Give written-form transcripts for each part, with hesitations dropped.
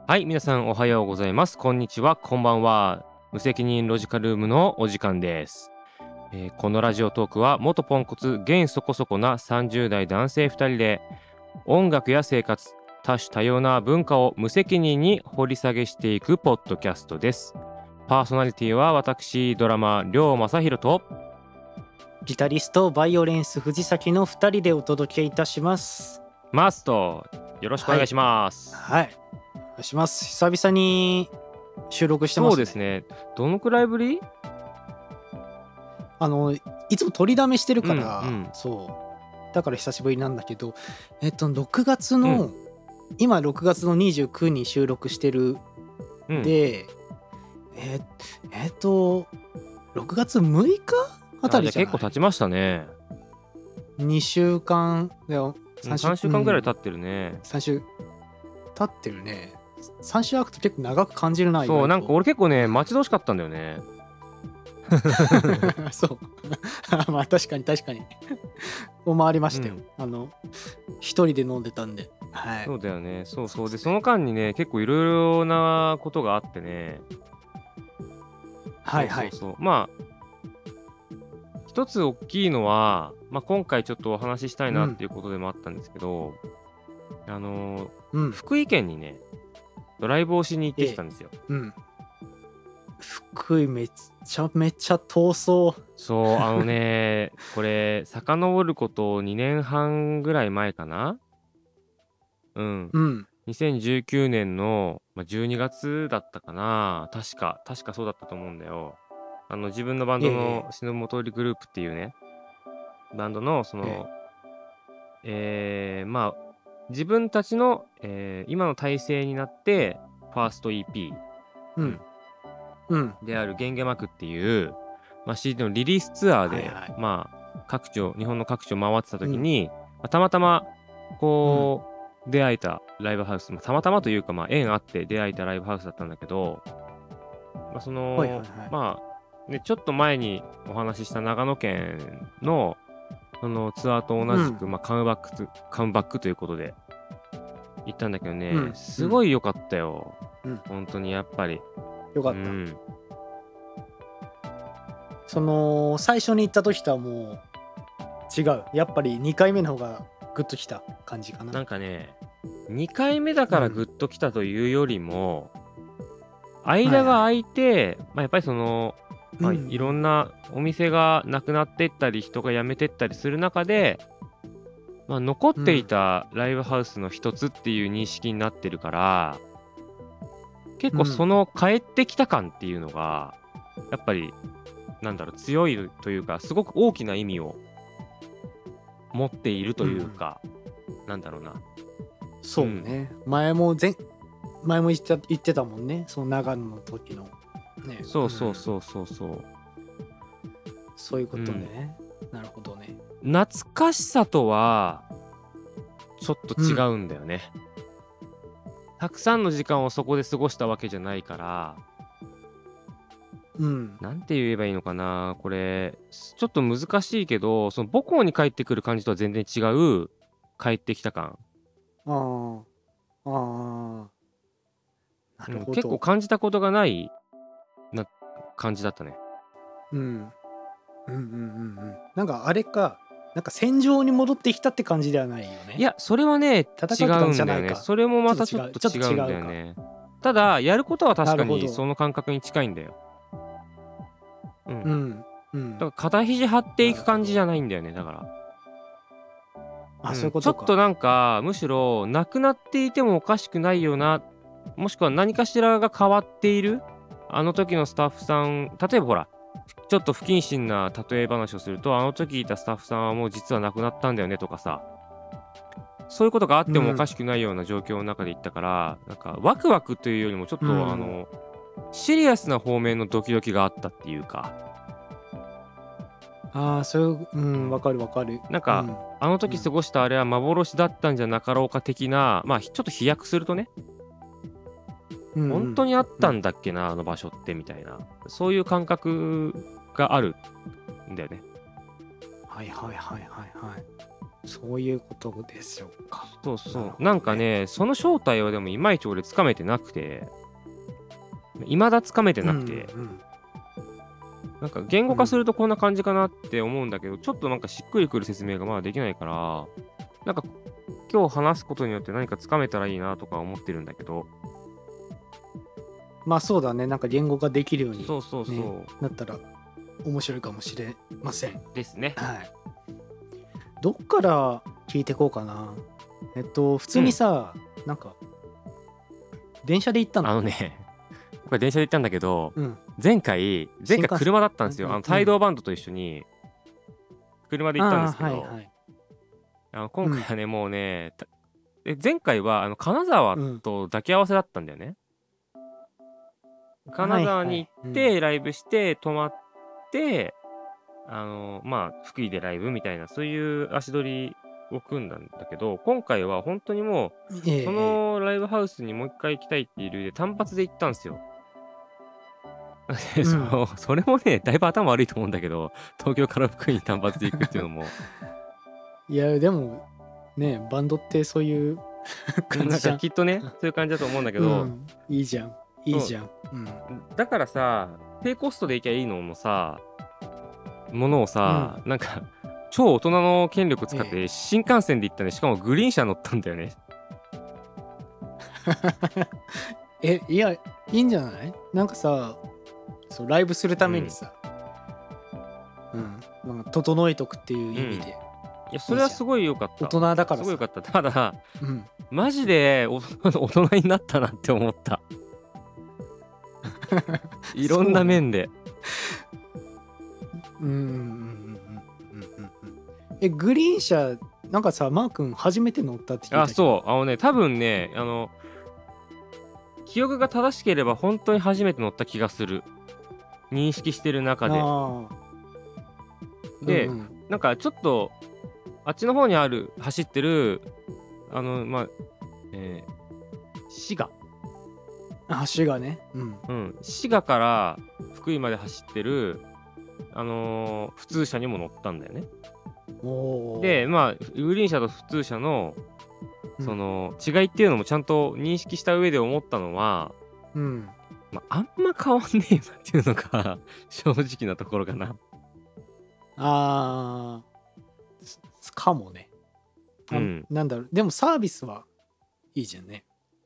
はい、皆さんおはようございます。こんにちは、こんばんは。無責任ロジカルームのお時間です。このラジオトークは元ポンコツ、現そこそこな30代男性2人で音楽や生活、多種多様な文化を無責任に掘り下げしていくポッドキャストです。パーソナリティは私、ドラマ、りょうまさひろと、 ギタリストバイオレンス藤崎の2人でお届けいたします。 マスト、よろしくお願いします。 はい、お願いします。久々に収録してまそうすね。 ですね。どのくらいぶり？ いつも取りだめしてるから、 うん、 そうだから久しぶりなんだけど、6月の、 うん、 今6月の29に収録してるうん。 で、6月6日あたじゃありじゃない？ 結構経ちましたね。 2週間だよ。 3週間ぐらい経ってるね。 3週経ってるね。3週空くと結構長く感じるな、意そう、 外と。 なんか俺結構ね、 うん。 待ち遠しかったんだよね。 そう。まあ確かに確かに。こう回りましたよ。 うん。 一人で飲んでたんで。はい。 そうだよね。そうそう。で、 そうですね。 その間にね、結構いろいろなことがあってね。 はいはい。 まあ、一つ大きいのは、今回ちょっとお話ししたいうん。 なっていうことでもあったんですけど、あのうん。 福井県にね、ドライブをしに行ってええ。 きたんですよ。 うん。福井めっちゃめちゃ遠そう。 そう、これ、遡ること2年半ぐらい前かな。うん。 うん。 2019年の、12月だったかな。確かそうだったと思うんだよ。自分のバンドのええ篠本りグループっていうね、バンドのええ。 自分たちの、今の体制になって、ファースト EP、 うん。 うん、 うん。 であるゲンゲマクっていう、CD のリリースツアーで、 はいはい。 日本の各地を回ってたうん。 時に、たまたま、 うん。 こ出会えたライブハウス、たまたまというか、縁あって出会えたライブハウスだったんだけど、 はいはいはい。 ちょっと前にお話しした長野県の、そのツアーと同じく、 うん。 カムバックということで行ったんだけどね、 うん。うん。 すごい良かったよ。 うん。 本当にやっぱり。 よかった。 うん。 最初に行った時とはもう違う。やっぱり2回目の方がグッときた感じかな。 なんかね、2回目だからグッうん。 ときたというよりも、 はいはい。 間が空いて、やっぱりうんういろん。 んなお店がなくなってったり、人が辞めてったりする中で、残っていうん。 たライブハウスの一つっていう認識になってるから、結構そうん。 の帰ってきた感っていうのが、やっぱり、強いというか、すごく大きな意味を持っているとうんうん。 いうか、なんだろうな。うん。 そうね。前も言ってたもんね。その長野の時の。ね。 そうそううん。 そうそうそう。 そういうことうん。 ね。なるほどね。 懐かしさとは、ちょっと違うん。 うんだよね。たくさんの時間をそこで過ごしたわけじゃないから、 うん。 なんて言えばいいのかな、これ、ちょっと難しいけど、その母校に帰ってくる感じとは全然違う、帰ってきた感。 ああ。ああ。なうん、結構るほど。 感じたことがないな感じだったね。 うん。うんうんうんうん。なんかあれか、なんか戦場に戻ってきたって感じではないよね。 いや、それはね、違戦うって感じじうんだよね。 ゃないか。 それもまちょっと違う、 たちょっとちょっと違違うんだうか。 よね。ただ、やることは確なかにそるほど。 の感覚に近いんだよ。うん。 うん。うん。 だから肩肘張っていく感じじなるほど。 ゃないんだよね、だから。うあ、そういうん、ちょことか。 っとむしろ、なくなっていてもおかしくないよな、もしくは何かしらが変わっている、あの時のスタッフさん、例えばほら、ちょっと不謹慎な例え話をすると、あの時いたスタッフさんはもう実は亡くなったんだよねとかさ、そういうことがあってもおかうん。 しくないような状況の中で行ったから、ワクワクというよりもちょっうとん。 シリアスな方面のドキドキがあったっていうか、 ああ、うん、わうん。 かるわかる。 なんか、 うん。 あのうん。 時過ごしたあれは幻だったんじゃなかろうか的な、ちょっと飛躍するとね、 うんう本当ん。 にあっうん。 たんだっけな、あの場所ってみたいな、そういう感覚があるんだよね。 はいはいはいはいはい。 そういうことでしょうか。 そうそなるほう。なんどね。 かね、その正体はでもいまいち俺つかめてなくて、未だつかめてうんうなくて、 んなんか言語化すうん。 るとこんな感じかなって思うんだけど、ちょっとなんかしっくりくる説明がまだできないから、なんか今日話すことによって何かつかめたらいいなとか思ってるんだけど、 まあそうだね。なんか言語ができるようにそうそうね、 そなったら面白いかもしれません。 うですね。 はい。どっから聞いてこうかな。普通にうん。 さ、なんか、電車で行ったの？ あのね、これ電車で行ったんだけど、 うん。 前回新幹線。 車だったんですよ。 うんうんう帯ん。 同バンドと一緒に車で行ったんでああ、 すけど、 はいはい。うん。 今回はね、もうね、前回は金沢うん。 と抱き合わせだったんだよね。金はいはい。 沢に行っうん。 て、ライブして、泊まって、まあ、福井でライブみたいな、そういう足取りを組んだんだけど、今回は本当にもええう、そええ。 のライブハウスにもう一回行きたいっていう理由で単発で行ったんすよ。で、 うん。 それもね、だいぶ頭悪いと思うんだけど、東京から福井に単発で行くっていうのも、 いや、でも、ね、バンドってそういううん、なんか感じじゃん。 きっとね、そういう感じだと思うんだけど、 うん。いいじゃん。いいそう、 じゃん。うん。 だからさ、低コストで行きゃいいのもさ、ものをうん。 さ、なんか、超大人の権力使っええ。 て新幹線で行ったね。しかもグリーン車乗ったんだよね。 いや、いいんじゃない？なんかさ、そう、ライブするたうん。 めにさ、うん、まあ、整えとくっていううん。 意味でいや、そいいじゃん。 れはすごい良かった。 大人だからさ。 すごい良かった。ただ、 うん。 マジで大人になったなって思った。いろんなそうなの？ 面で。 うんうんうんうんうんうんうん。グリーン車、なんかさ、マー君初めて乗ったって聞いあ、 たけど。 そう。多分ね、記憶が正しければ本当に初めて乗った気がする。認識してる中で。 ああ、うんで、 うん。 なんかちょっと、あっちの方に走ってる、まあ、滋賀。 足がね。うん。 うん。滋賀から福井まで走ってる、普通車にも乗ったんだよね。 おで、 お。 まあ、グリーン車と普通車の、 うん。 違いっていうのもちゃんと認識した上で思ったのは、 うん。 まあ、あんま変わんねえなっていうのが正直なところかな。 ああ、かもね。 うん。 なんだろう。でもサービスはいいじゃんね。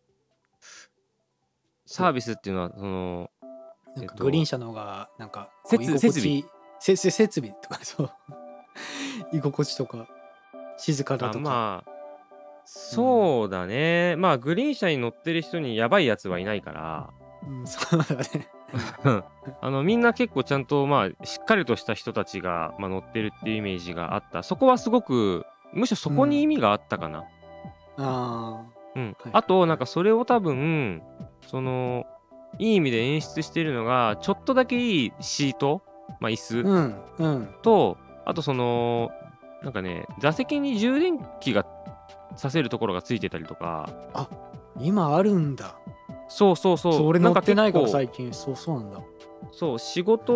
どう？ サービスっていうのは、 なんかグリーン車の方が、なんかこう居設備。 心地、設備とかそう居心地とか静かだあ、 とか。 まあ、 うん。 そうだね。まあ、グリーン車に乗ってる人にやばいやつはいないから、 うん、そうだね。うん。 うん。みんな結構ちゃんと、まあ、しっかりとした人たちが、まあ、乗ってるっていうイメージがあった。そこはすごく、むしろそこに意うん。 味があったかな。 あうん。 あ、はいあと、 はいはい。 なんかそれを多分、その、いい意味で演出してるのが、ちょっとだけいいシート、まあ、椅子うんうん。 と、あとなんかね、座席に充電器がさせるところがついてたりとか、 あ、今あるんだ。 そうそうそう、 そう、なんか俺乗ってないから結構、 最近。そうなんだ。 そう、仕うん。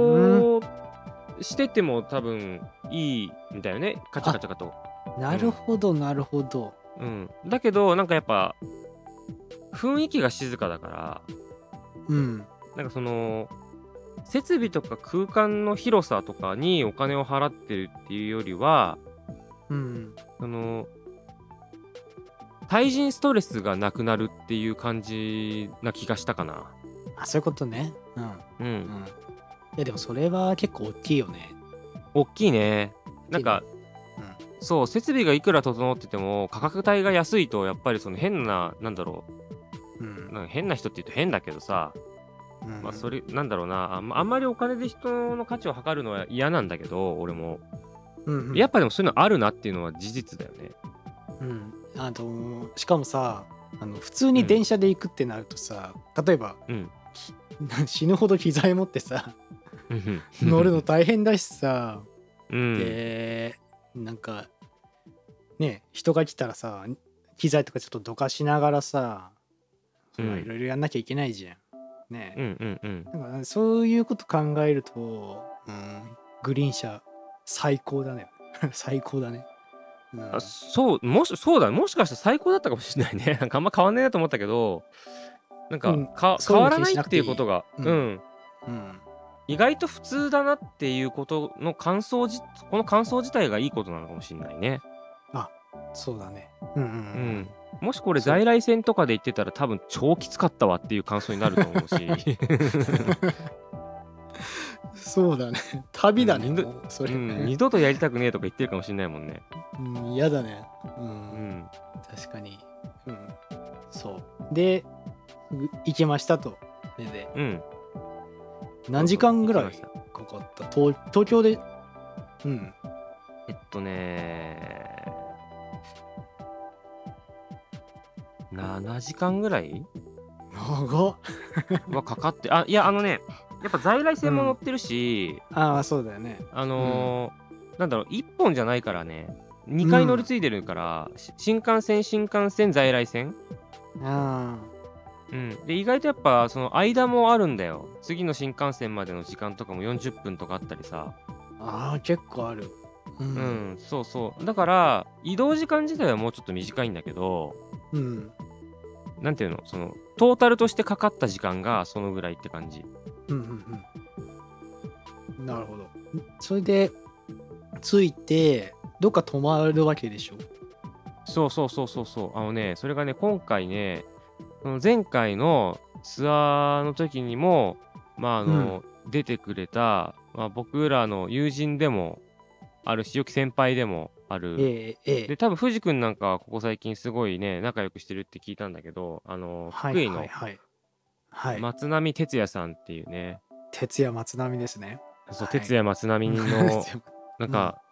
事してても多分いいんだよね、カチャカあ、 チャカと。 なるうん。 ほどなるほど。 うん。だけど、なんかやっぱ、雰囲気が静かだから、 うん。 なんか設備とか空間の広さとかにお金を払ってるっていうよりは、 うん。 その、対人ストレスがなくなるっていう感じな気がしたかな。 あ、そういうことね。うん。うん。 うん。 いやでもそれは結構大きいよね。 おっきいね。なんか、 けど、うん。 そう、設備がいくら整ってても、価格帯が安いと、やっぱりその変な、なんだろうん。 なんか変な人って言うと変だけどさ、 うん。 まあそれ、なんだろうな、あんまりお金で人の価値を測るのは嫌なんだけど、俺も。 うんうん。 やっぱでもそういうのあるなっていうのは事実だよね。 うん。しかもさ、普通にうん。 電車で行くってなるとさ、例えば、 うん。 死ぬほど機材持ってさ、 うん。 乗るの大変だしさ、 うん。 で、なんか、ね、人が来たらさ、機材とかちょっとどかしながらさ、 うん。 いろいろやんなきゃいけないじゃん。ね。 うんうんうん。 だからそういうこと考えると、うん、グリーン車最高だね。最高だね。 うんそうだ、もしかしたら最高だったかもしれないね。なんかあんま変わんねえなと思ったけど、なんか、 うん、そう変わいうの気にらないってしなくていい。 いうことが、 うん。 うん、 うん。 意外と普通だなっていうことのこの感想自体がいいことなのかもしれないね。 あ、そうだね。うんうんうんううん。 ん。 もしこれそう。 在来線とかで言ってたら多分超きつかったわっていう感想になると思うし。 そうだね。旅だね、もう、それ。 二度とやりたくねえとか言ってるかもしれないもんね。 うん、嫌だね。うん。 うん。 確かに。うん。そう。で、行きましたと。それで、 うん。 何時間ぐらい行きました。 かかった？東京で、うん。 えっとね7時間ぐらい長っ。 はかかって、いや、やっぱ在来線も乗ってるし、 ああ、そうだよね。うん。 なんだろう、1本じゃないからね、 う 2回乗りん。 継いでるから、新幹線、在来線。 あうん。で、意外とやっぱ、その間もあるんだよ。次の新幹線までの時間とかも40分とかあったりさ。 あ、ああ、結構ある。うん。 うん、そうそう。だから、移動時間自体はもうちょっと短いんだけど、 うん。 なんていうの、トータルとしてかかった時間がそのぐらいって感じ。 うんうんうん。なるほど。それで、着いて、どっか泊まるわけでしょ？ そうそうそうそうそう。それがね、今回ね、その前回のツアーの時にも、まあ、 うん。 出てくれた、まあ、僕らの友人でもあるし、よき先輩でもある。 えええで、 え。 多分藤君なんかはここ最近すごいね、仲良くしてるって聞いたんだけど、 はい福井のはいはい。はい。 松並哲也さんっていうね、 徹夜松並ですね。 そう、 はい。 哲也松並の、なんうん。 か、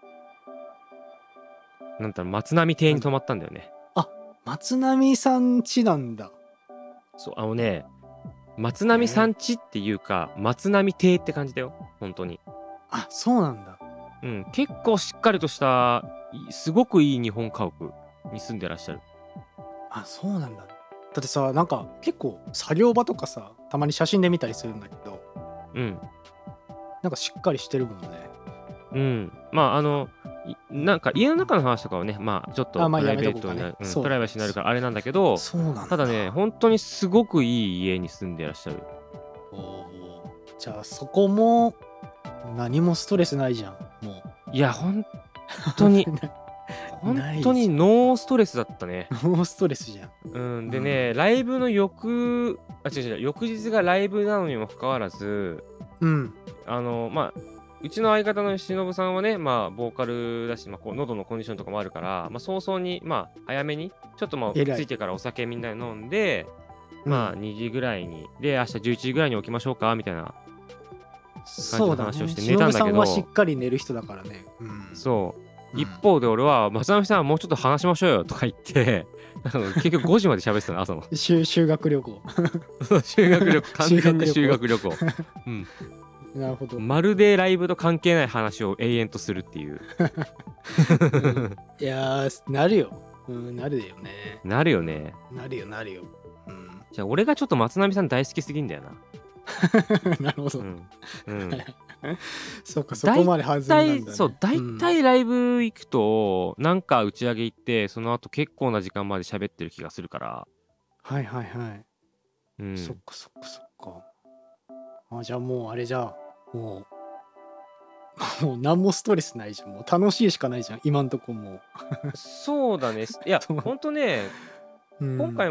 なんだろう、松並邸なんだ。 に泊まったんだよね。 あ、松並さん家なんだ。 そう、松へえ。 並さん家っていうか、松並邸って感じだよ。本当に。 あ、そうなんだ。 うん、結構しっかりとした、すごくいい日本家屋に住んでらっしゃる。 あ、そうなんだ。だってさ、なんか結構作業場とかさ、たまに写真で見たりするんだけど、 うん。 なんかしっかりしてるもんね。 うん。まあ、なんか家の中の話とかはね、まあ、ちょっあ、まあやとプライめとこうかね。 ベートになる、プライバそうだね。 シーになるからあれなんだけど、 そうなんただね、 だ。 本当にすごくいい家に住んでらっしゃる。 おお。じゃあそこも何もストレスないじゃん。もう。 いや、本当に、本当にないじノーストレスだったね。 ゃん。ノーストレスじゃん。 うん、 うん。 でね、違う違う、翌日がライブなのにもかかわらず、 うん。 まあ、うちの相方の忍さんはね、まあ、ボーカルだし、まあ、喉のコンディションとかもあるから、まあ、早々に、まあ、早めに、ちょっとまあ、 偉い。 着いてからお酒みんなで飲んで、まあ、 うん。 2時ぐらいに、で、明日11時ぐらいに起きましょうか、みたいな感じのそうだね。 話をして寝たんだ忍さんはしっけど、 かり寝る人だからね。うん。 そう。 うん。 一方で俺は、松並さん、もうちょっと話しましょうよとか言って、結局5時まで喋ってたの、朝の。 修学旅行。 修学旅行、完修全に学旅行。 修学旅行。うん。 なるほど。 まるでライブと関係ない話を永遠とするっていう。 うん。いやー、なるよ。うん、なるよね。 なるうん。 よね。 なるよ、なるよ。うん。 じゃあ、俺がちょっと松並さん大好きすぎんだよな。 なるほど。 うん。うん。 そうか、そこ大まで弾んだん体、そう、 だね。う大ん。 体ライブ行くと、なんか打ち上げ行って、その後結構な時間まで喋ってる気がするから。 はいはいはい。 うん。 そっかそっかそっか。あ、じゃあもうあれじゃあ、ももう何もストレスないじゃん。もう楽しいしかないじゃん。今んとこもう。 そうだね。いや、ほんとね、 うん。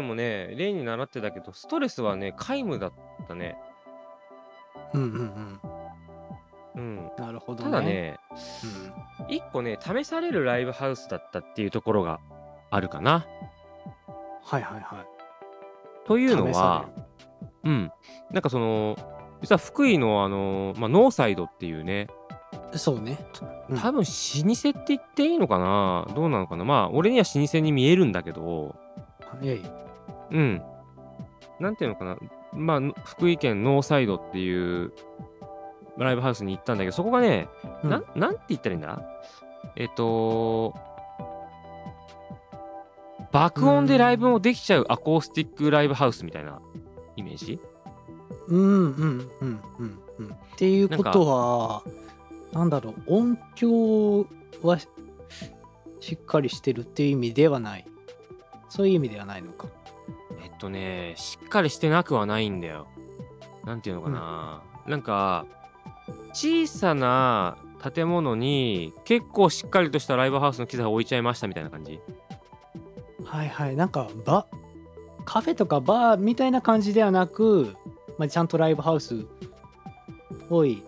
今回もね、例に習ってたけど、ストレスはね、皆無だったね。 うんうんうん。 うん。 なるほどね。 ただね、 うん。 一個ね、試されるライブハウスだったっていうところがあるかな。 はいはいはというのい。試されは、 る。 うん。なんか実は福井のまあ、ノーサイドっていうね、 そうね。うん。 多分老舗って言っていいのかな、どうなのかな、まあ、俺には老舗に見えるんだけど、 はい。 うん。なんていうのかな、まあ、福井県ノーサイドっていうライブハウスに行ったんだけど、そこがね、 うん。 なんて言ったらいいんだ。えっと、 うー爆音でライブもん。 できちゃうアコースティックライブハウスみたいなイメージ。 うんうんうんうんうん。っていうなんか、 ことは、なんだろう、音響はしっかりしてるっていう意味ではない。そういう意味ではないのか。 しっかりしてなくはないんだよ。なんていうのかうん。 な。なんか、小さな建物に結構しっかりとしたライブハウスの機材を置いちゃいましたみたいな感じ。 はいはい。なんかカフェとかバーみたいな感じではなく、まあ、ちゃんとライブハウスっぽい。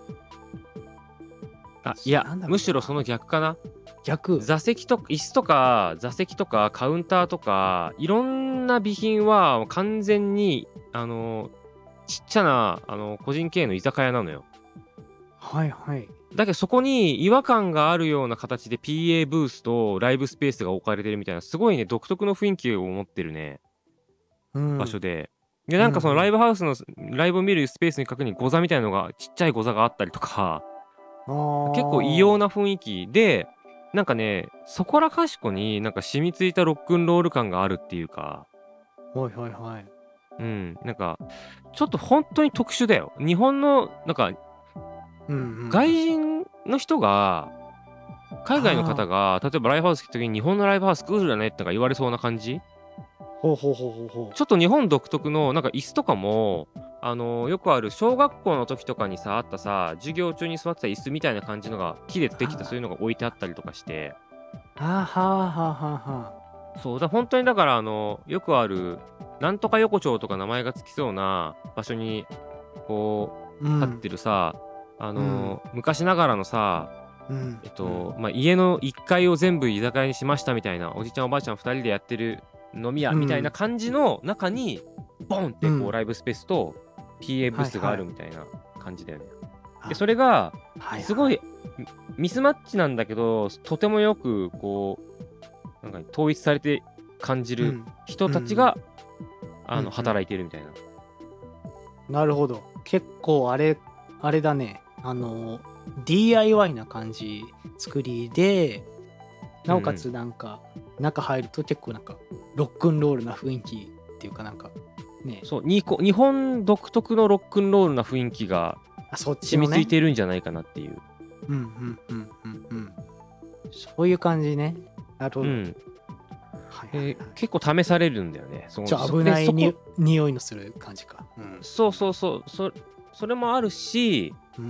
いや、 なんだろうむしろそのな。 逆かな。 逆。 椅子とか座席とかカウンターとか、いろんな備品は完全に、ちっちゃな、個人経営の居酒屋なのよ。 はいはい。 だけどそこに違和感があるような形で PA ブースとライブスペースが置かれてるみたいな、すごいね、独特の雰囲気を持ってるね、 うん。 場所で。で、 うんうなんかそのライん。 ブハウスのライブを見るスペースに確にゴザみたいなのが、ちっちゃいゴザがあったりとか、 あ結構異様あ。 な雰囲気で、なんかね、そこらかしこになんか染みついたロックンロール感があるっていうか、 はいはいはい。 うん、なんか、ちょっと本当に特殊だよ。日本の、なんか、 うんうんう外ん。 人の人が、海外のああ。 方が、例えばライブハウス来た時に日本のライブハウスクールだねってか言われそうな感じ。 ほうほうほうほうほちょっと日本独特の、なんか椅子とかも、よくある小学校の時とかにさ、あったさ、授業中に座ってた椅子みたいな感じのが、木でう。 できたそういうのが置いてあったりとかして、 はあはあはあはあはあ。 そうだ、本当にだから、よくある、なんとか横丁とか名前がつきそうな場所に、こう、立っうん。 てるさ、 うん。 昔ながらのさ、 うんうん。 家の1階を全部居酒屋にしましたみたいな、おじちゃんおばあちゃん2人でやってる飲み屋みたいなうん。 感じの中に、ボンってこううん。 ライブスペースと PA ブースがあはいはい。 るみたいな感じだよね。で、 あ、 それが、すごい、 はいはい。 ミスマッチなんだけど、とてもよくこう、なんか統一されて感じるうん。 人うんうん。 たちが、 うんうん。 働いているみたいな。 なるほど。結構あれだね。DIY な感じ作りで、なおかうんうん。 つなんか、中入ると結構なんか、ロックンロールな雰囲気っていうかなんか、ね。 そう、日本独特のロックンロールな雰囲気があ、そっち染みついのね。 ているんじゃないかなっていう。 うんうんうんうんうん。そういう感じね。なるほど。 うん。 はいはいはい。 結構試されるんだよね。 危で、 ない匂いのする感じか。うん。 そうそうそう、それもあるし、 うん。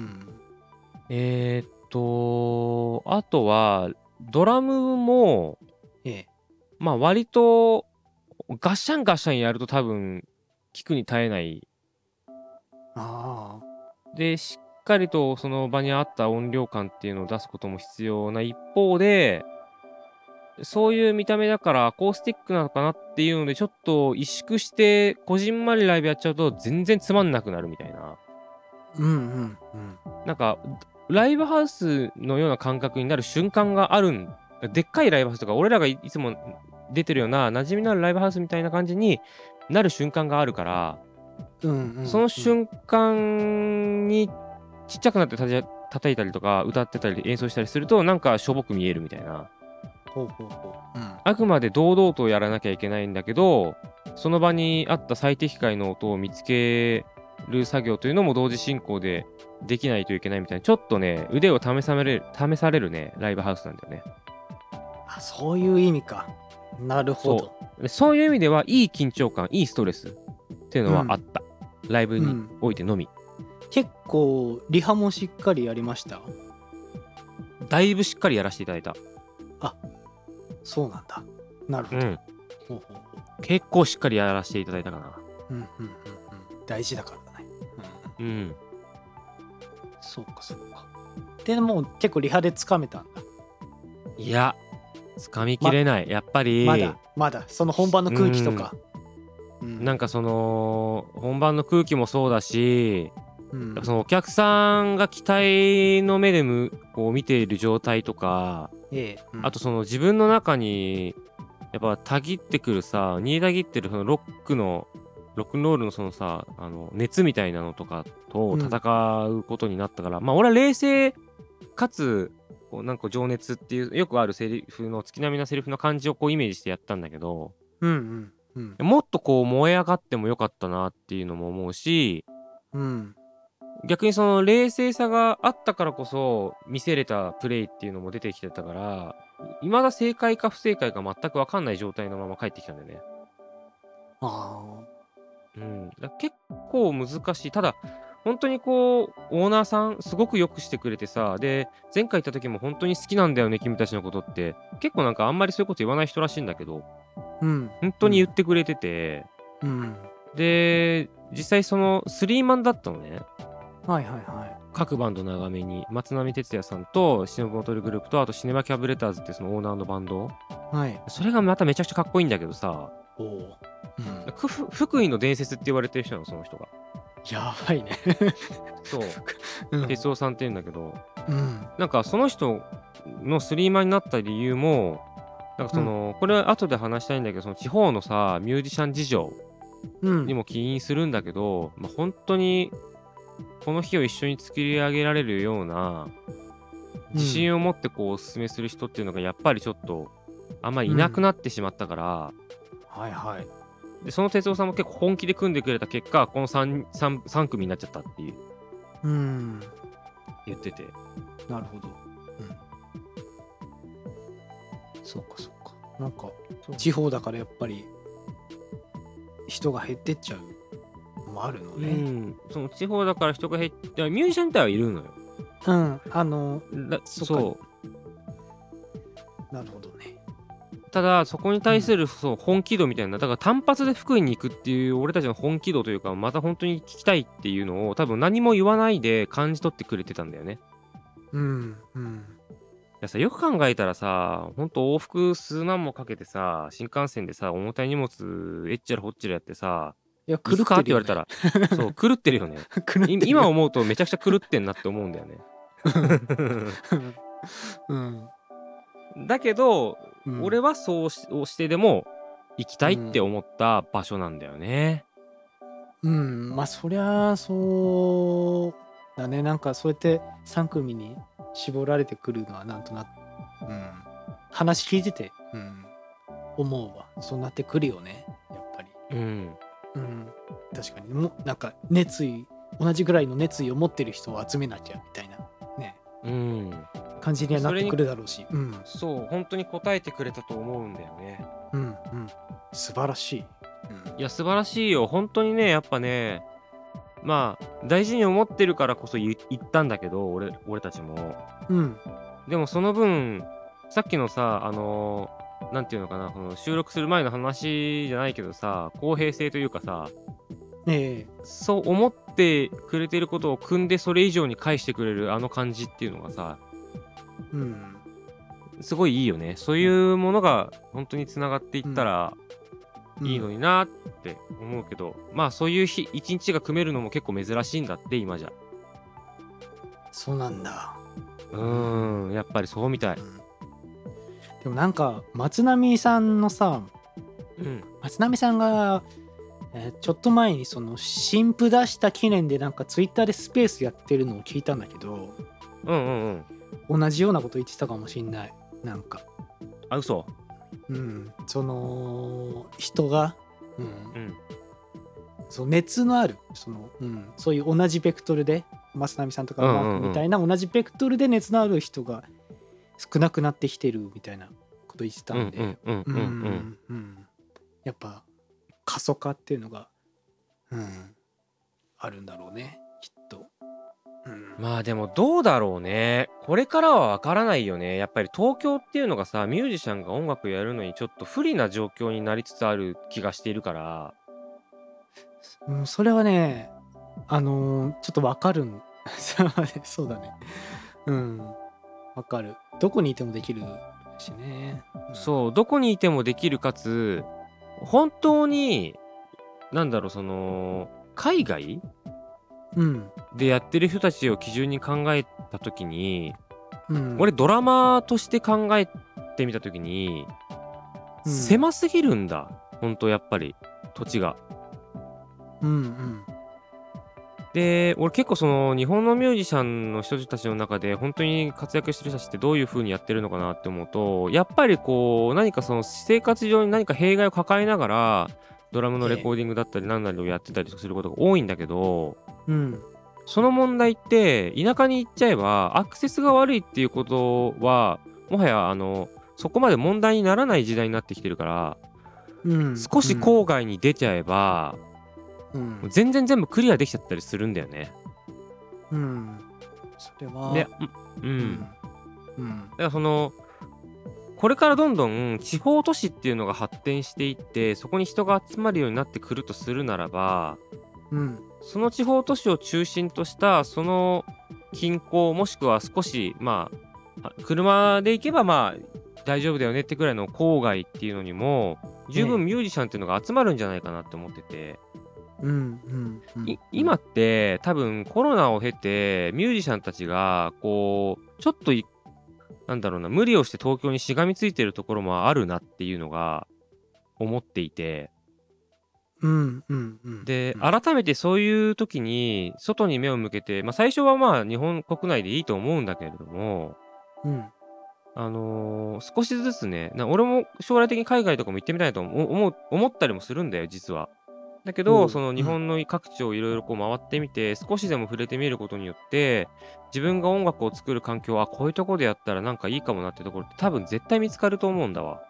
あとは、ドラムも、 ええ。 まあ割と、ガッシャンガッシャンやると多分、聞くに耐えない。 ああ。 で、しっかりとその場に合った音量感っていうのを出すことも必要な一方で、そういう見た目だからアコースティックなのかなっていうので、ちょっと萎縮して、こじんまりライブやっちゃうと全然つまんなくなるみたいな。 うんうんうん。 なんか、ライブハウスのような感覚になる瞬間があるでっかいライブハウスとか、俺らがいつも出てるような馴染みのあるライブハウスみたいな感じになる瞬間があるから、 うんうそんうん。 の瞬間にちっちゃくなって叩いたりとか、歌ってたり演奏したりすると、なんかしょぼく見えるみたいな。 ほうほうほう。うん。 あくまで堂々とやらなきゃいけないんだけど、その場にあった最適解の音を見つける作業というのも同時進行でできないといけないみたいな、ちょっとね、腕を試されるね、ライブハウスなんだよね。 あ、そういう意味か。なるほそど。 う。そういう意味では、いい緊張感、いいストレスっていうのはあっうん。 た。ライブにうん。 おいてのみ。 結構リハもしっかりやりました？ だいぶしっかりやらせていただいた。 あ、そうなんだ。なるほど。 うん。 ほうほうほう。 結構しっかりやらせていただいたかな。 うんうんうんうん。大事だからだね。うん。 うん。 そうかそうか。で、もう結構リハでつかめたんだ。 いや、掴みきまれない。やっぱり、 まだ、その本番のう空気とん。 か。うん。 なんかその、本番の空気もそうだし、 うん。 そのお客さんが期待の目でこう見ている状態とか、 ええ、うん。 あとその自分の中に、やっぱたぎってくるさ、煮えたぎってるそのロックンロールのそのさ、熱みたいなのとかとうん。 戦うことになったから、まあ俺は冷静かつ、こうなんか情熱っていう、よくあるセリフの月並みなセリフの感じをこうイメージしてやったんだけど、 うんうんうん。 もっとこう燃え上がってもよかったなっていうのも思うし、 うん。 逆にその冷静さがあったからこそ見せれたプレイっていうのも出てきてたから、未だ正解か不正解か全く分かんない状態のまま帰ってきたんだよね。 あ結構難しい。ただ、本当にこう、オーナーさんすごく良くしてくれてさ、で、前回行った時も本当に好きなんだよね、君たちのことって、結構なんかあんまりそういうこと言わない人らしいんだけど、 あ、うん。 本当に言ってくれてて、 うん。 で、実際そのスリーマンだったのね。 はいはいは各バンド長めに、松並哲也さんと、忍ボトルグループと、あとシネマキャブレターズっていうそのオーナーのバンド。 い。はい。 それがまためちゃくちゃかっこいいんだけどさ、 おお。うん。 福井の伝説って言われてる人なの、その人が。 やばいね。 そう、 うん。 哲夫さんって言うんだけど、 うん。 なんかその人のスリーマンになった理由も、なんかうん。 その、これは後で話したいんだけど、その地方のさ、ミュージシャン事情うん。 にも起因するんだけど、本当にこの日を一緒に作り上げられるような、自信を持ってこうお勧めする人っていうのがやっぱりちょっと、あんまりいなくなってしまったから、 はいはい。 で、その哲夫さんも結構本気で組んでくれた結果、この3組になっちゃったっていううん。 言ってて。 なるほど。うん。そうかそうか。なんか地方だからやっぱり人が減ってっちゃうのもあるのね。 その地方だから人が減って、ミュージシャン自体はいるのよ。 うん。そっか。 そう。 なるほどね。 ただ、そこに対する、そう、本気度みたいな、だから単発で福井に行くっていう俺たちの本気度というか、また本当に聞きたいっていうのを多分何も言わないで感じ取ってくれてたんだよね。 うんうん。 いやさ、よく考えたらさ、ほんと往復数万もかけてさ、新幹線でさ、重たい荷物えっちゃらほっちゃらやってさ、 いや、狂行くかってるよね。 って言われたら、そう、狂ってるよね。 狂ってるよ。 今思うとめちゃくちゃ狂ってんなって思うんだよね。 うん。 だけど、 うん俺はそうしてでも行きたいって思った場所なんだよね。 うん、まあそりゃそうだね。なんかそうやって3組に絞られてくるのはなんとなく、うん、話聞いてて、うん、思うわ。そうなってくるよね、やっぱり。 うん。 うん、確かになんか同じぐらいの熱意を持ってる人を集めなきゃみたいなね、 うん。 感じにはなってくるだろうし、 そう、本当に答えてくれたと思うんだよね。 素晴らしい。 いや、素晴らしいよ。本当にね、やっぱね、まあ、大事に思ってるからこそ言ったんだけど、俺たちも。でもその分、さっきのさ、なんていうのかな、この収録する前の話じゃないけどさ、公平性というかさ、そう思ってくれてることを組んでそれ以上に返してくれるあの感じっていうのがさ、すごいいいよね。そういうものが本当につながっていったらいいのになって思うけど、まあそういう一日が組めるのも結構珍しいんだって、今じゃ。 そうなんだ。 やっぱりそうみたい。 でもなんか松並さんのさ、松並さんが、ちょっと前にその新譜出した記念でなんかツイッターでスペースやってるのを聞いたんだけど、同じようなこと言ってたかもしんない。なんか嘘。 その人が、そう熱のあるそういう同じベクトルで松並さんとかマークみたいな同じベクトルで熱のある人が少なくなってきてるみたいなこと言ってたんで、やっぱ過疎化っていうのが、あるんだろうね、きっと。 まあでもどうだろうね。これからはわからないよね。やっぱり東京っていうのがさ、ミュージシャンが音楽やるのにちょっと不利な状況になりつつある気がしているから。 それはね、ちょっとわかるん。そうだね。わかる。どこにいてもできるしね。 そう、どこにいてもできるかつ、本当に、なんだろう、その、海外でやってる人たちを基準に考えたときに、俺ドラマとして考えてみたときに、狭すぎるんだ。本当やっぱり、土地が。で、俺結構その日本のミュージシャンの人たちの中で本当に活躍してる人たちってどういう風にやってるのかなって思うと、やっぱりこう何かその生活上に何か弊害を抱えながらドラムのレコーディングだったり何なりをやってたりすることが多いんだけど、 その問題って田舎に行っちゃえばアクセスが悪いっていうことはもはやそこまで問題にならない時代になってきてるから、 うん少し郊外に出ちゃえばうん全然クリアできちゃったりするんだよね。 うんそれで、 はうんうんだからこれからどんどん地方都市っていうのが発展していってそこに人が集まるようになってくるとするならば、 うんその地方都市を中心としたその近郊もしくは少し車で行けば大丈夫だよねってくらいの郊外っていうのにも十分ミュージシャンっていうのが集まるんじゃないかなって思ってて、今って多分コロナを経てミュージシャンたちがこうちょっとなんだろうな、無理をして東京にしがみついてるところもあるなっていうのが思っていて、で、改めてそういう時に外に目を向けて、最初は日本国内でいいと思うんだけれども、少しずつね、俺も将来的に海外とかも行ってみたいと思ったりもするんだよ、実は。だけど、その日本の各地をいろいろこう回ってみて、少しでも触れてみることによって、自分が音楽を作る環境はこういうところでやったらなんかいいかもなってところって多分絶対見つかると思うんだわ。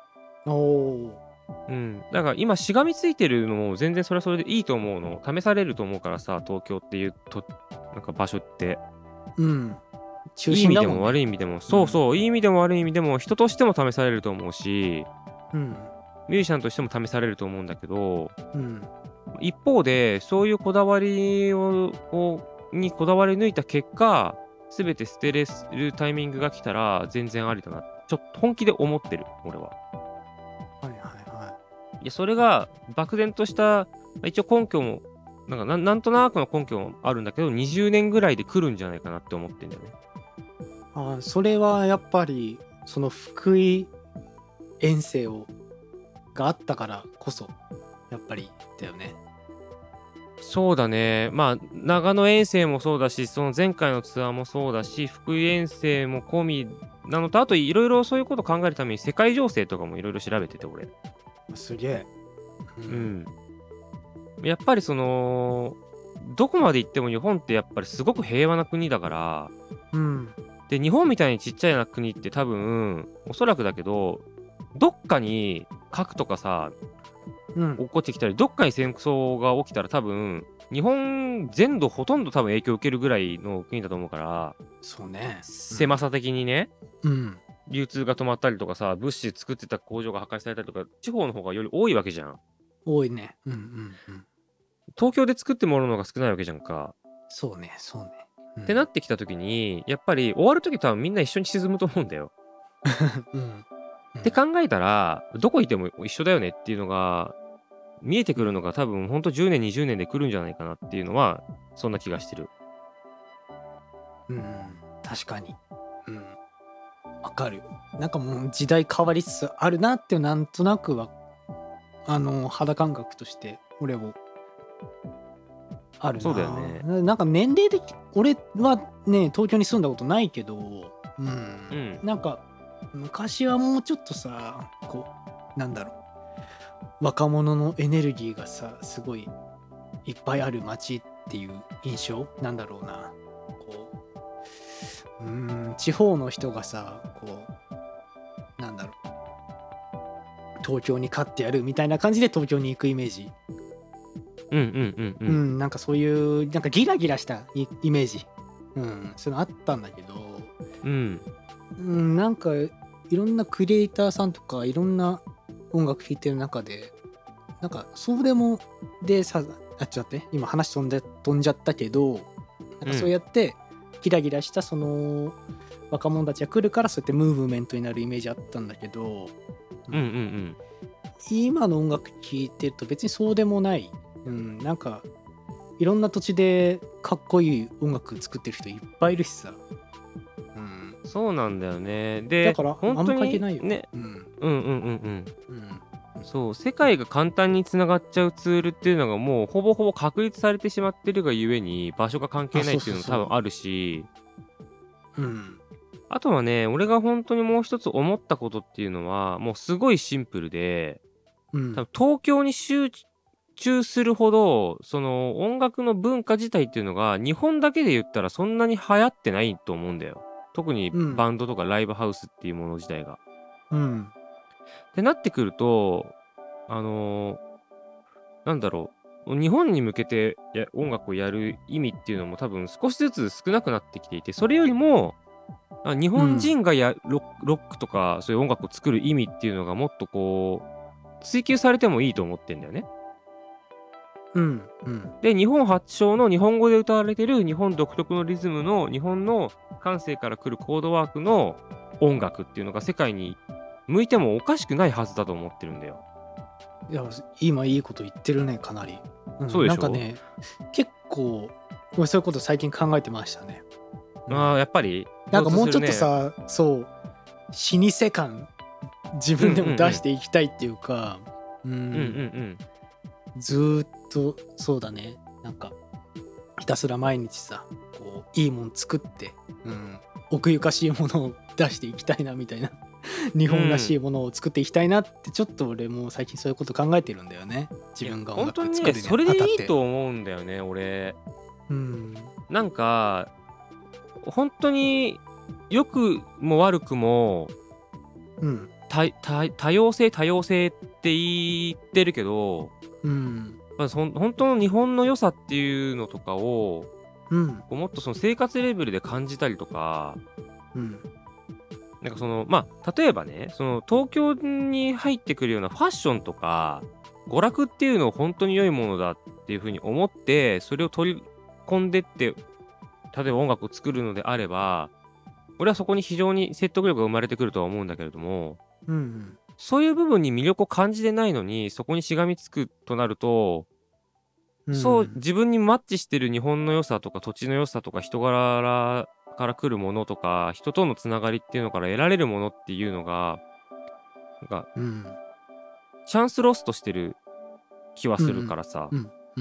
だから今しがみついてるのも全然それはそれでいいと思うの。試されると思うからさ、東京っていうなんか場所って。 中いい意味で心だもんね。 も悪い意味でも、そうそう、いい意味でも悪い意味でも人としても試されると思うし、ミュージシャンとしても試されると思うんだけど、一方でそういうこだわりにこだわり抜いた結果、全て捨てれるタイミングが来たら全然ありだな。ちょっと本気で思ってる、俺は。いや、それが漠然とした一応根拠もなんとなくの根拠もあるんだけど、20年ぐらいで来るんじゃないかなって思ってんだよね。 それはやっぱりその福井遠征があったからこそやっぱりだよね。 そうだね。長野遠征もそうだし、その前回のツアーもそうだし、福井遠征も込みなのと、あといろいろそういうことを考えるために世界情勢とかもいろいろ調べてて、俺。 すげえ。 やっぱりどこまで行っても日本ってやっぱりすごく平和な国だから、で、日本みたいにちっちゃいな国って多分、おそらくだけど、どっかに核とかさ、起こってきたり、どっかに戦争が起きたら多分、日本全土ほとんど多分影響を受けるぐらいの国だと思うから、 そうね。 狭さ的にね、流通が止まったりとかさ、物資作ってた工場が破壊されたりとか、地方の方がより多いわけじゃん。 多いね。 東京で作ってもらうのが少ないわけじゃんか。 そうね。 ってなってきた時に、やっぱり終わる時多分みんな一緒に沈むと思うんだよ。って考えたら、どこいても一緒だよねっていうのが、見えてくるのが多分ほんと10年、20年で来るんじゃないかなっていうのは、そんな気がしてる。 確かに。わかる。なんかもう時代変わりつつあるなってなんとなくは、肌感覚として俺もあるな。 そうだよね。 なんか年齢的、俺はね、東京に住んだことないけど、なんか昔はもうちょっとさ、こう、なんだろう、若者のエネルギーがさ、すごいいっぱいある街っていう印象なんだろうな。こう、地方の人がさ、こう、なんだろう、東京に勝ってやるみたいな感じで東京に行くイメージ。なんかそういうなんかギラギラしたイメージ、そういうのあったんだけど、なんかいろんなクリエイターさんとかいろんな音楽聴いてる中で、なんかそうでもでさ、ちょっと待って、今話飛んじゃったけど、なんかそうやってギラギラしたその若者たちが来るからそうやってムーブメントになるイメージあったんだけど、今の音楽聴いてると別にそうでもない。なんかいろんな土地でかっこいい音楽作ってる人いっぱいいるしさ、 そうなんだよね。で、 だから本当にあんま関係ないよね。そう、世界が簡単につながっちゃうツールっていうのがもうほぼほぼ確立されてしまってるがゆえに場所が関係ないっていうのも多分あるし、あとはね、俺が本当にもう一つ思ったことっていうのはもうすごいシンプルで、多分東京に中するほど、その音楽の文化自体っていうのが、日本だけで言ったらそんなに流行ってないと思うんだよ。特にうん。 バンドとかライブハウスっていうもの自体が。 うん。 ってなってくると、あの、なんだろう、日本に向けて音楽をやる意味っていうのも多分少しずつ少なくなってきていて、それよりも、日本うん。 人がロックとかそういう音楽を作る意味っていうのがもっとこう、追求されてもいいと思ってんだよね。 うん。うん。 で、日本発祥の日本語で歌われてる日本独特のリズムの日本の感性から来るコードワークの音楽っていうのが世界に向いてもおかしくないはずだと思ってるんだよ。 いや、今いいこと言ってるね、かなり。うん。 そうでしょ？ なんかね、結構、俺そういうこと最近考えてましたね。うん。 やっぱり共なんかもうちょっと通するね。 さ、そう、老舗感、自うんうん分でも出しうん。 ていきたいっていうか、ううんうんうん、 ん。 ずーっと、そうだね、なんか、ひたすら毎日さ、こう、いいもん作って、うん、奥ゆかしいものを出していきたいな、みたいな。日うん。 本らしいものを作っていきたいなって、ちょっと俺も最近そういうこと考えてるんだよね。自いや、 分が音本当にね、 楽作るにそれあたって。 でいいと思うんだよね、俺。 うん、 なんか、本当に良くも悪くも、 うん、 多様性って言ってるけど、 うん、 本当の日本の良さっていうのとかを、 うん、 もっとその生活レベルで感じたりとか、 うん、 なんかその、例えばね、その東京に入ってくるようなファッションとか、娯楽っていうのを本当に良いものだっていう風に思って、それを取り込んでって、例えば音楽を作るのであれば、俺はそこに非常に説得力が生まれてくるとは思うんだけれども、 うん、 そういう部分に魅力を感じてないのに、そこにしがみつくとなると、 うん、 自分にマッチしてる日本の良さとか土地の良さとか人柄から来るものとか、人とのつながりっていうのから得られるものっていうのが、なんかうん、 チャンスロストしてる気はうん、 するからさ。 うん、うん、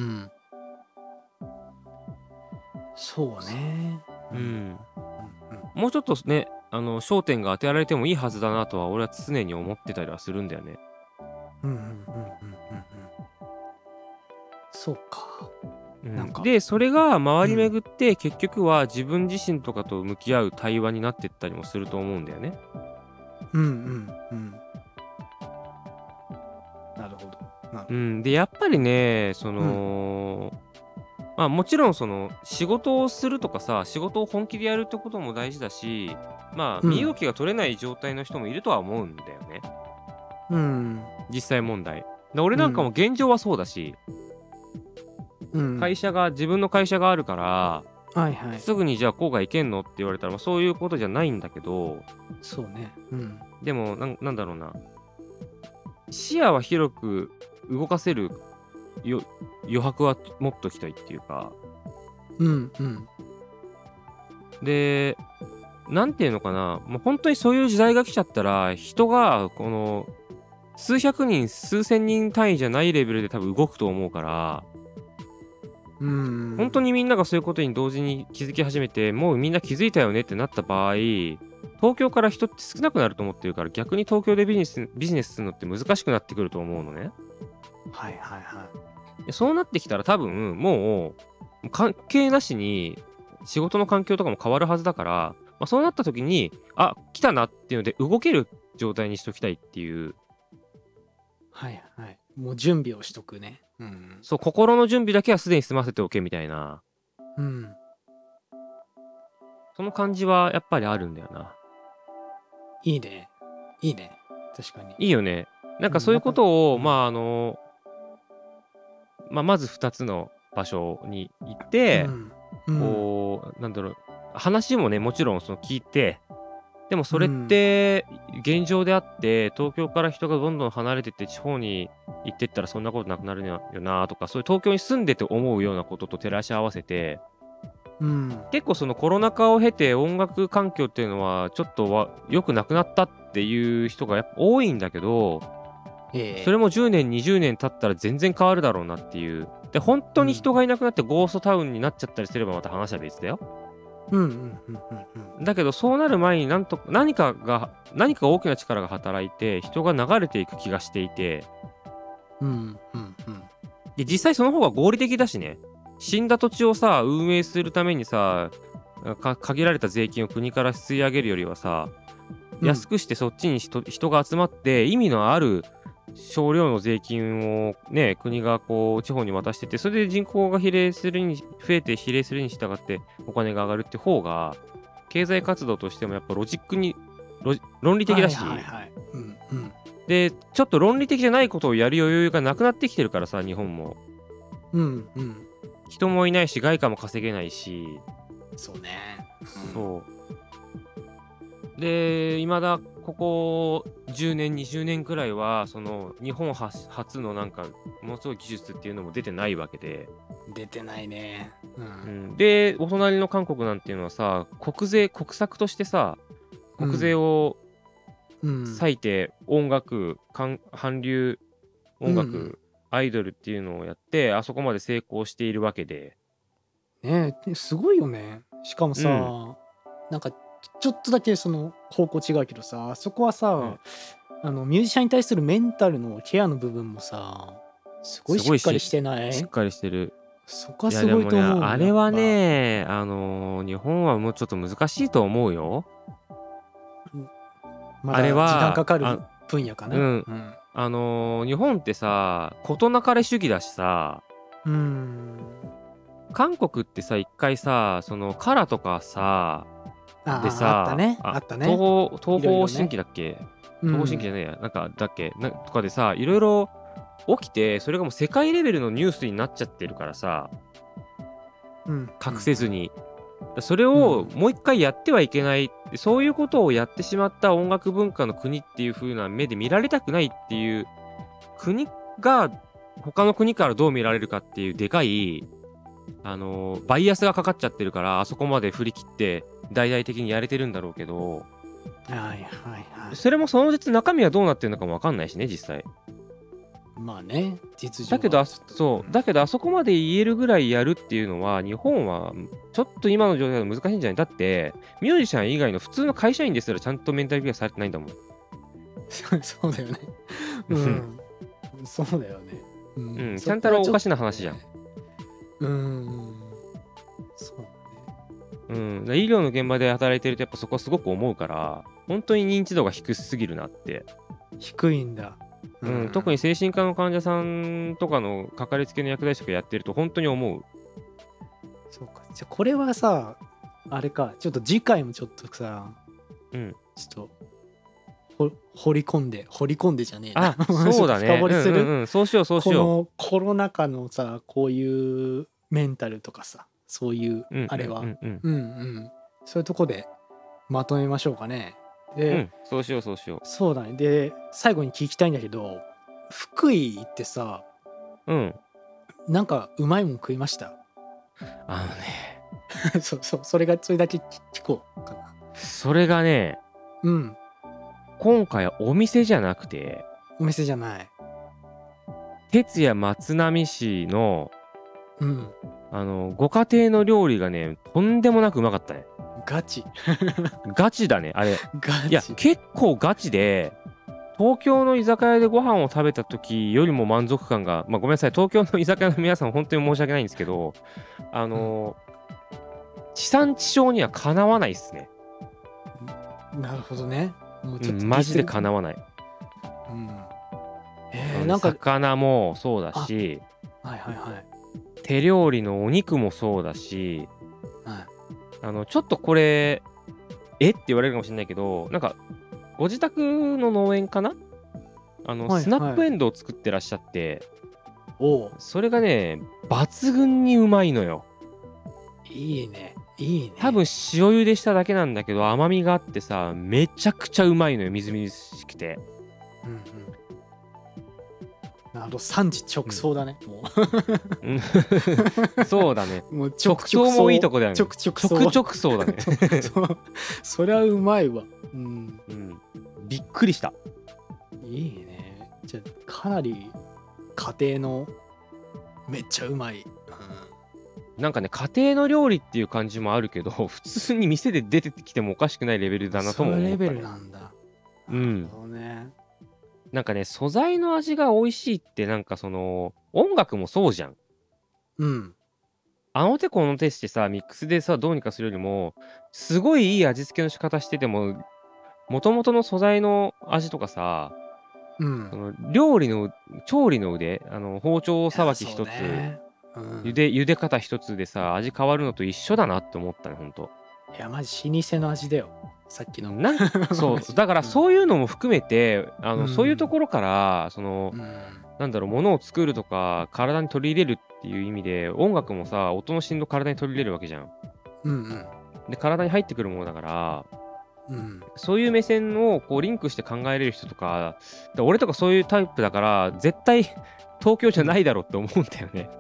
そうね。うん、うん、 うん。 うん、 もうちょっとね、焦点が当てられてもいいはずだなとは俺は常に思ってたりはするんだよね。 うん、うん、うん、うん、うん、そうか。 うん。 なんか、 で、それが回りうん、 巡って結局は自分自身とかと向き合う対話になってったりもすると思うんだよね。 うん、うん、うん、なるほど。なるほど。 うん。で、やっぱりね、 うん、 もちろんその仕事をするとかさ、仕事を本気でやるってことも大事だし、身動うん、 きが取れない状態の人もいるとは思うんだよね。 うん、 実際問題。俺なんかもうん、 現状はそうだし、 うん、 自分の会社があるから、 はいはい。 すぐにじゃあ郊外行けんのって言われたら、そういうことじゃないんだけど、 そうね。うん、 でも、なんだろうな、視野は広く動かせるよ余白は持っときたいっていうか、 うん、うん、 で、なんていうのかな、もう本当にそういう時代が来ちゃったら、人がこの数百人、数千人単位じゃないレベルで多分動くと思うから、 うん、 本当にみんながそういうことに同時に気づき始めて、もうみんな気づいたよねってなった場合、東京から人って少なくなると思ってるから、逆に東京でビジネスするのって難しくなってくると思うのね。 はいはいはい。 で、そうなってきたら多分、もう、関係なしに仕事の環境とかも変わるはずだから、そうなった時に、あ、来たなっていうので動ける状態にしときたいっていう、 はいはい。もう準備をしとくね。うん。 そう、心の準備だけはすでに済ませておけみたいな、 うん。 その感じはやっぱりあるんだよな。 いいね。いいね。確かに。 いいよね。なんうん。 かそういうなんか、 ことを、 うん。 まず2つの場所に行って、 うん。うん。 こう、なんだろう、話もね、もちろんその聞いて、でもそれっうん。 て現状であって、東京から人がどんどん離れてって地方に行ってったらそんなことなくなるよなとか、そういう東京に住んでて思うようなことと照らし合わせて、 うん。 結構そのコロナ禍を経て音楽環境っていうのはちょっと良くなくなったっていう人がやっぱ多いんだけど、それええ。 も10年、20年経ったら全然変わるだろうなっていう。で、本当にうん。 人がいなくなってゴーストタウンになっちゃったりすればまた話は別だよ。 うん。うん。うん。うん。 だけどそうなる前に何か大きな力が働いて、人が流れていく気がしていて、 うん。うん。うん。 で、実際その方が合理的だしね。死んだ土地をさ、運営するためにさ、限られた税金を国から吸い上げるよりはさ、安くしてそっちに人が集まって意味のある少量の税金をね、国がこう地方に渡してて、それで人口が増えて比例するに従ってお金が上がるって方が、経済活動としてもやっぱ論理的だし、で、ちょっと論理的じゃないことをやる余裕がなくなってきてるからさ、日本も。人もいないし、外貨も稼げないし。 そうね。 そう。で、未だここ10年、20年くらいは、その日本初のなんか、ものすごい技術っていうのも出てないわけで。 出てないね。 で、お隣の韓国なんていうのはさ、国策としてさ、国税を割いて韓流音楽、アイドルっていうのをやって、あそこまで成功しているわけで。 ねえ、すごいよね。しかもさ、なんかちょっとだけその方向違うけどさ、そこはさ、ミュージシャンに対するメンタルのケアの部分もさ、すごいしっかりしてない？ しっかりしてる。 そこはすごいと思う。 あれはね、日本はもうちょっと難しいと思うよ。 まだ時間かかる分野かな。 日本ってさ、事なかれ主義だしさ、韓国ってさ、一回さ、そのカラとかさ、でさ、 あったね。 東方神起だっけ？東方神起じゃねえや、なんかだっけとかでさ、いろいろ起きて、それがもう世界レベルのニュースになっちゃってるからさ、隠せずに。それをもう一回やってはいけない、そういうことをやってしまった音楽文化の国っていう風な目で見られたくないっていう国が他の国からどう見られるかっていうでかいバイアスがかかっちゃってるから、あそこまで振り切って大々的にやれてるんだろうけど、それもその実中身はどうなってるのかも分かんないしね、実際。 まあね、実情だけどあそこまで言えるぐらいやるっていうのは、日本はちょっと今の状態で難しいんじゃない？だってミュージシャン以外の普通の会社員ですらちゃんとメンタルケアされてないんだもん。 そうだよね。そうだよね。 ちゃんとおかしな話じゃん。 そうね。医療の現場で働いてるとやっぱそこはすごく思うから、本当に認知度が低すぎるなって。 低いんだ。 特に精神科の患者さんとかのかかりつけの薬剤師とかやってると本当に思う。 そうか。じゃあこれはさ、あれか、ちょっと次回もちょっとさ、ちょっと掘り込んでじゃねえな。 そうだね。 深掘りする。 そうしよう。このコロナ禍のさ、こういうメンタルとかさ、そういうあれは、そういうとこでまとめましょうかね。で、 そうしよう。 そうだね。で、最後に聞きたいんだけど、福井行ってさ、なんかうまいもん食いました？それだけ聞こうかな。 それがね、今回はお店じゃなくて、徹夜松並市のご家庭の料理がね、とんでもなくうまかったね。 ガチだね、あれ。いや、結構ガチで、東京の居酒屋でご飯を食べた時よりも満足感が、ごめんなさい、東京の居酒屋の皆さん本当に申し訳ないんですけど、地産地消にはかなわないっすね。 なるほどね。 もうちょっとマジでかなわない。 なんか魚もそうだし、手料理のお肉もそうだし、ちょっとこれって言われるかもしれないけど、なんかご自宅の農園かな、スナップエンドウを作ってらっしゃって、それがね抜群にうまいのよ。 いいね。 多分塩茹でしただけなんだけど甘みがあってさ、めちゃくちゃうまいのよ、みずみずしくて。 産地直送だね。もうそうだね。 もう直送もいいとこだよね。 直送だね。 そりゃうまいわ。 びっくりした。 いいね。じゃあかなり家庭のめっちゃうまい。 なんかね、家庭の料理っていう感じもあるけど、普通に店で出てきてもおかしくないレベルだなとも思った。 そういうレベルなんだ。なるほどね。 なんかね、素材の味が美味しいって、なんかその、音楽もそうじゃん。 うん。 あの手この手してさ、ミックスでさ、どうにかするよりも、すごいいい味付けの仕方してても、元々の素材の味とかさ、 うん。 その料理の調理の腕、包丁いや、 さばきそう一つ、 ね。うん。 茹で方一つでさ、味変わるのと一緒だなって思ったね、ほんと。 いや、マジ老舗の味だよ。さっきの。 そう、 マジ。 だからうん。 そういうのも含めて、 うそういうとん。 ころから、その、 うん。 なんだろう、物を作るとか、体に取り入れるっていう意味で、音楽もさ、音の振動体に取り入れるわけじゃん。 うんうん。 で、体に入ってくるものだから、 うん。 そういう目線をこうリンクして考えれる人とか、俺とかそういうタイプだから、絶対東京じゃうん。 ないだろうって思うんだよね。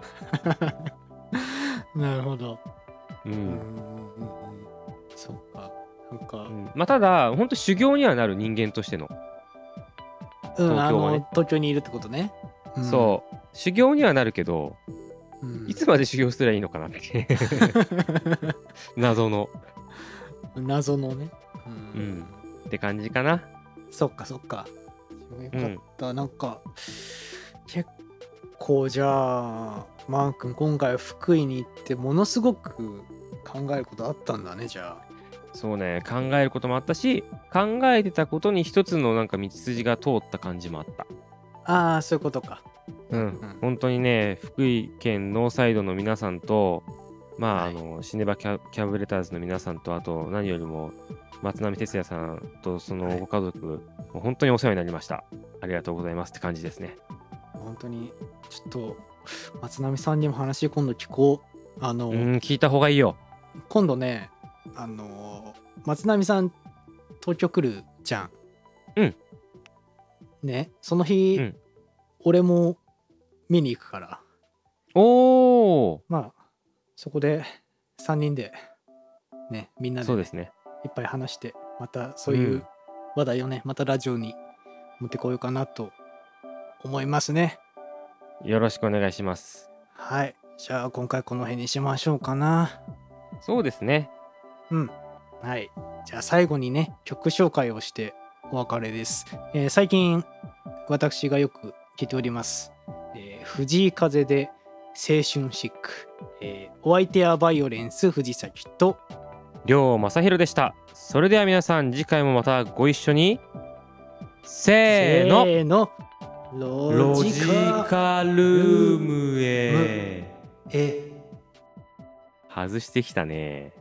なるほど。うんうんうん。 うんうん。そっか。なんか、 うん。ま、ただ、ほんと修行にはなる、人間としての。 うん、 東京はね。 東京にいるってことね。うん。 そう。修行にはなるけど、 うん。 いつまで修行すりゃいいのかなって謎の。 謎のね。ううん。 ん。 って感じかな。 そっかそっか。よかっうん。 た。なんか、結構じゃあ、マー君今回福井に行ってものすごく考えることあったんだね、じゃあ。 そうね、考えることもあったし、考えてたことに一つのなんか道筋が通った感じもあった。 ああ、そういうことか。うんううん。 ん。 本当にね、福井県ノーサイドの皆さんと、まあ、 はい。 シネバキャブレターズの皆さんと、あと何よりも松並哲也さんとそのはい。 ご家族、もう本当にお世話になりました。ありがとうございますって感じですね。 本当に、ちょっと、松並さんにも話今度聞こう。 聞いた方がいいよ。 今度ね、あの、松並さん東京来るじゃん。 うん、 ね。その日、 うん。 俺も見に行くから。 おー、 まあ、そこで3人で、ね、みんなでね、 そうですね。 いっぱい話して、またそういううん。 話題をね、またラジオに持ってこようかなと思いますね。 よろしくお願いします。 はい。じゃあ今回この辺にしましょうかな。 そうですね。 うん。はい。じゃあ最後にね、曲紹介をしてお別れです。最近私がよく聴いております。藤井風で青春シック。お相手はバイオレンス藤崎と、 亮正弘でした。それでは皆さん次回もまたご一緒に。せーの。 せーの、ロロジジカカルルームムへ。 へ。 外してきたね。